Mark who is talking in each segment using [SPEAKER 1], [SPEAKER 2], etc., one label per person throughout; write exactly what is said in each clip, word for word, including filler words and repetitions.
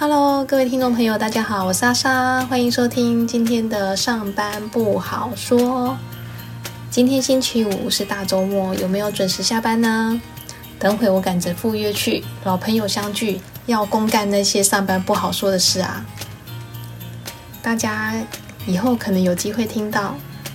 [SPEAKER 1] Hello， 各位听众朋友，大家好，我是莎莎，欢迎收听今天的上班不好说。今天星期五是大周末，有没有准时下班呢？等会我赶着赴约去，老朋友相聚，要公干那些上班不好说的事啊。大家以后可能有机会听到。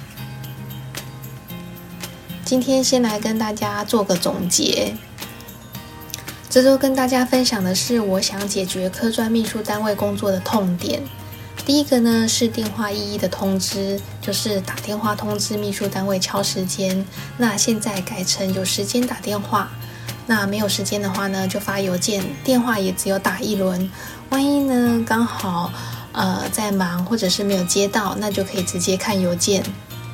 [SPEAKER 1] 今天先来跟大家做个总结。这周跟大家分享的是我想解决科专秘书单位工作的痛点。第一个呢是电话一一的通知，就是打电话通知秘书单位敲时间，那现在改成有时间打电话，那没有时间的话呢就发邮件，电话也只有打一轮，万一呢刚好呃在忙或者是没有接到，那就可以直接看邮件。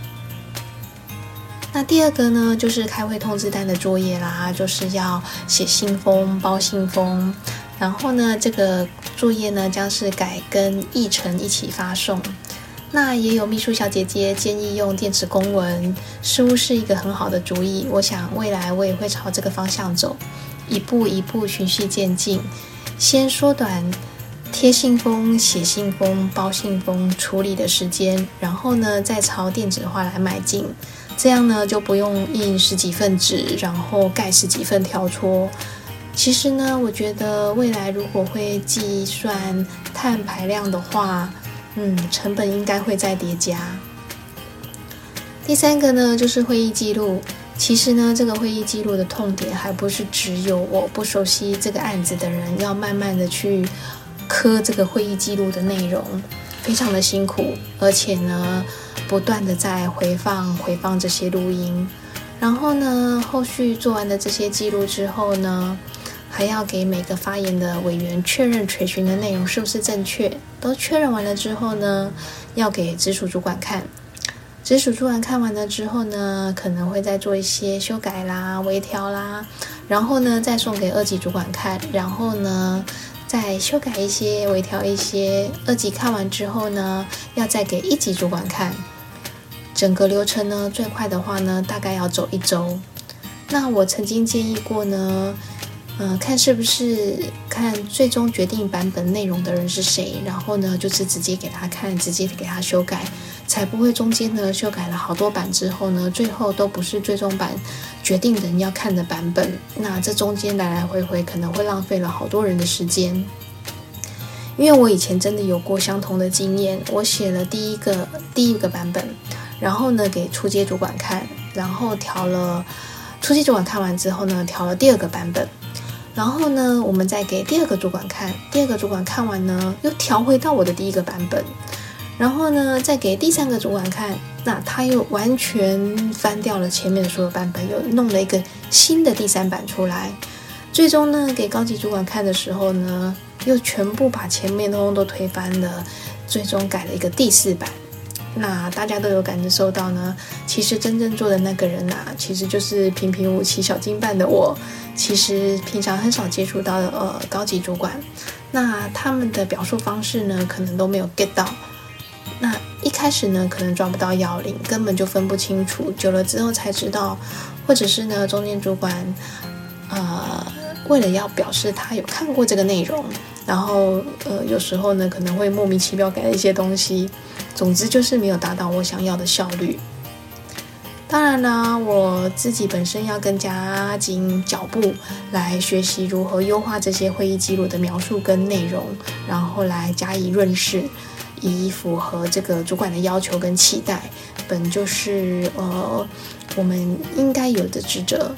[SPEAKER 1] 那第二个呢就是开会通知单的作业啦，就是要写信封包信封，然后呢这个作业呢将是改跟议程一起发送。那也有秘书小姐姐建议用电子公文，似乎是一个很好的主意，我想未来我也会朝这个方向走，一步一步循序渐进，先缩短贴信封、写信封、包信封处理的时间，然后呢再朝电子化来迈进，这样呢就不用印十几份纸，然后盖十几份条戳。其实呢我觉得未来如果会计算碳排量的话，嗯，成本应该会再叠加。第三个呢就是会议记录。其实呢这个会议记录的痛点还不是只有我不熟悉这个案子的人要慢慢的去刻这个会议记录的内容，非常的辛苦，而且呢不断的在回放回放这些录音，然后呢后续做完的这些记录之后呢，还要给每个发言的委员确认垂询的内容是不是正确，都确认完了之后呢要给直属主管看，直属主管看完了之后呢可能会再做一些修改啦微调啦，然后呢再送给二级主管看，然后呢再修改一些微调一些，二级看完之后呢要再给一级主管看。整个流程呢最快的话呢大概要走一周。那我曾经建议过呢呃，看是不是看最终决定版本内容的人是谁，然后呢就是直接给他看，直接给他修改，才不会中间呢修改了好多版之后呢最后都不是最终版决定人要看的版本，那这中间来来回回可能会浪费了好多人的时间。因为我以前真的有过相同的经验，我写了第一个第一个版本，然后呢给初阶主管看，然后调了初阶主管看完之后呢调了第二个版本，然后呢我们再给第二个主管看，第二个主管看完呢又调回到我的第一个版本，然后呢再给第三个主管看，那他又完全翻掉了前面的所有版本，又弄了一个新的第三版出来，最终呢给高级主管看的时候呢又全部把前面通通都推翻了，最终改了一个第四版。那大家都有感受到呢，其实真正做的那个人啊，其实就是平平无奇小金办的我，其实平常很少接触到的呃高级主管，那他们的表述方式呢可能都没有 get 到，那一开始呢可能抓不到要领，根本就分不清楚，久了之后才知道，或者是呢中间主管呃为了要表示他有看过这个内容，然后呃有时候呢可能会莫名其妙改了一些东西，总之就是没有达到我想要的效率。当然啦，我自己本身要更加紧脚步来学习如何优化这些会议记录的描述跟内容，然后来加以润饰，以符合这个主管的要求跟期待，本就是呃我们应该有的职责。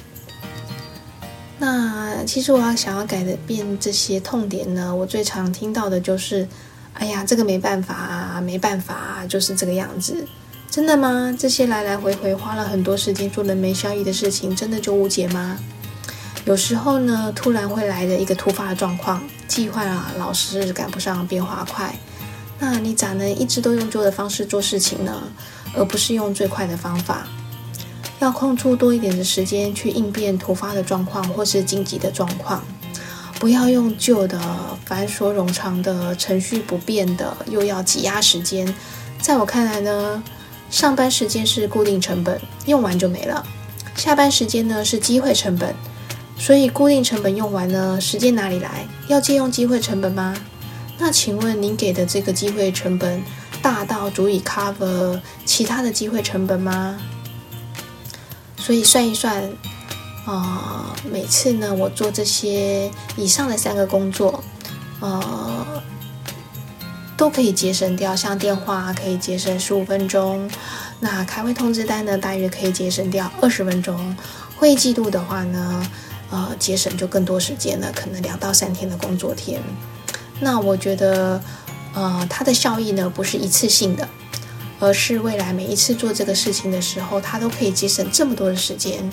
[SPEAKER 1] 那其实我要想要改变这些痛点呢，我最常听到的就是哎呀这个没办法啊没办法啊，就是这个样子。真的吗？这些来来回回花了很多时间做的没效益的事情真的就无解吗？有时候呢突然会来的一个突发的状况，计划啊老是赶不上变化快，那你咋能一直都用旧的方式做事情呢？而不是用最快的方法？要空出多一点的时间去应变突发的状况或是紧急的状况，不要用旧的繁琐冗长的程序不变的又要挤压时间。在我看来呢，上班时间是固定成本，用完就没了，下班时间呢是机会成本，所以固定成本用完呢，时间哪里来？要借用机会成本吗？ 那请问您给的这个机会成本大到足以 cover 其他的机会成本吗？所以算一算，呃，每次呢我做这些以上的三个工作，呃，都可以节省掉，像电话可以节省十五分钟，那开会通知单呢大约可以节省掉二十分钟，会议记录的话呢，呃，节省就更多时间了，可能两到三天的工作天。那我觉得，呃，它的效益呢不是一次性的，而是未来每一次做这个事情的时候，它都可以节省这么多的时间。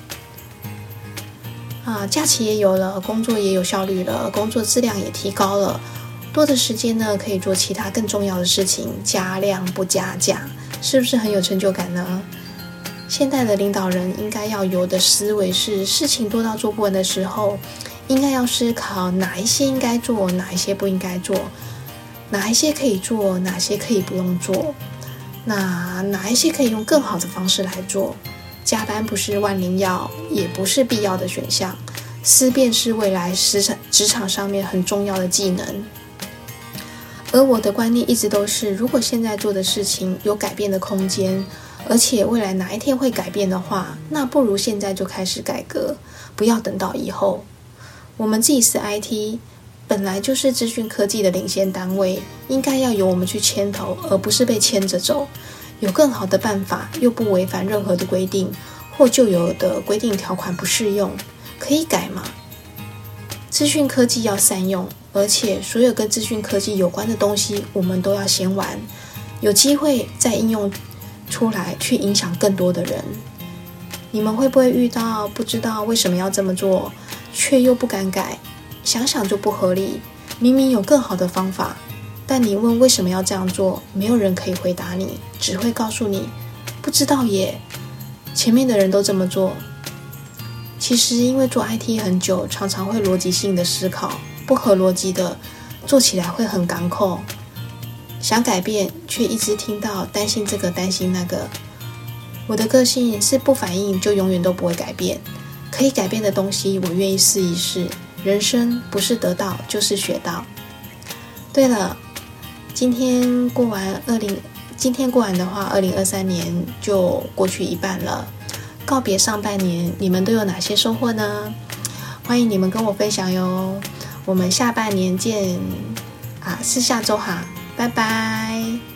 [SPEAKER 1] 啊，假期也有了，工作也有效率了，工作质量也提高了，多的时间呢可以做其他更重要的事情，加量不加价，是不是很有成就感呢？现在的领导人应该要有的思维是，事情多到做不完的时候，应该要思考哪一些应该做，哪一些不应该做，哪一些可以做，哪些可以不用做，那哪一些可以用更好的方式来做。加班不是万灵药，也不是必要的选项，思辨是未来职场职场上面很重要的技能。而我的观念一直都是，如果现在做的事情有改变的空间，而且未来哪一天会改变的话，那不如现在就开始改革，不要等到以后。我们自己是 I T， 本来就是资讯科技的领先单位，应该要由我们去牵头，而不是被牵着走。有更好的办法，又不违反任何的规定，或旧有的规定条款不适用，可以改嘛？资讯科技要善用，而且所有跟资讯科技有关的东西，我们都要先玩，有机会再应用出来，去影响更多的人。你们会不会遇到不知道为什么要这么做，却又不敢改，想想就不合理，明明有更好的方法，但你问为什么要这样做，没有人可以回答你，只会告诉你不知道耶，前面的人都这么做。其实因为做 I T 很久，常常会逻辑性的思考，不合逻辑的做起来会很赶口，想改变却一直听到担心这个担心那个。我的个性是不反应就永远都不会改变，可以改变的东西我愿意试一试，人生不是得到就是学到。对了，今天过完二零，今天过完的话，二零二三年就过去一半了。告别上半年，你们都有哪些收获呢？欢迎你们跟我分享哟。我们下半年见啊，是下周哈，拜拜。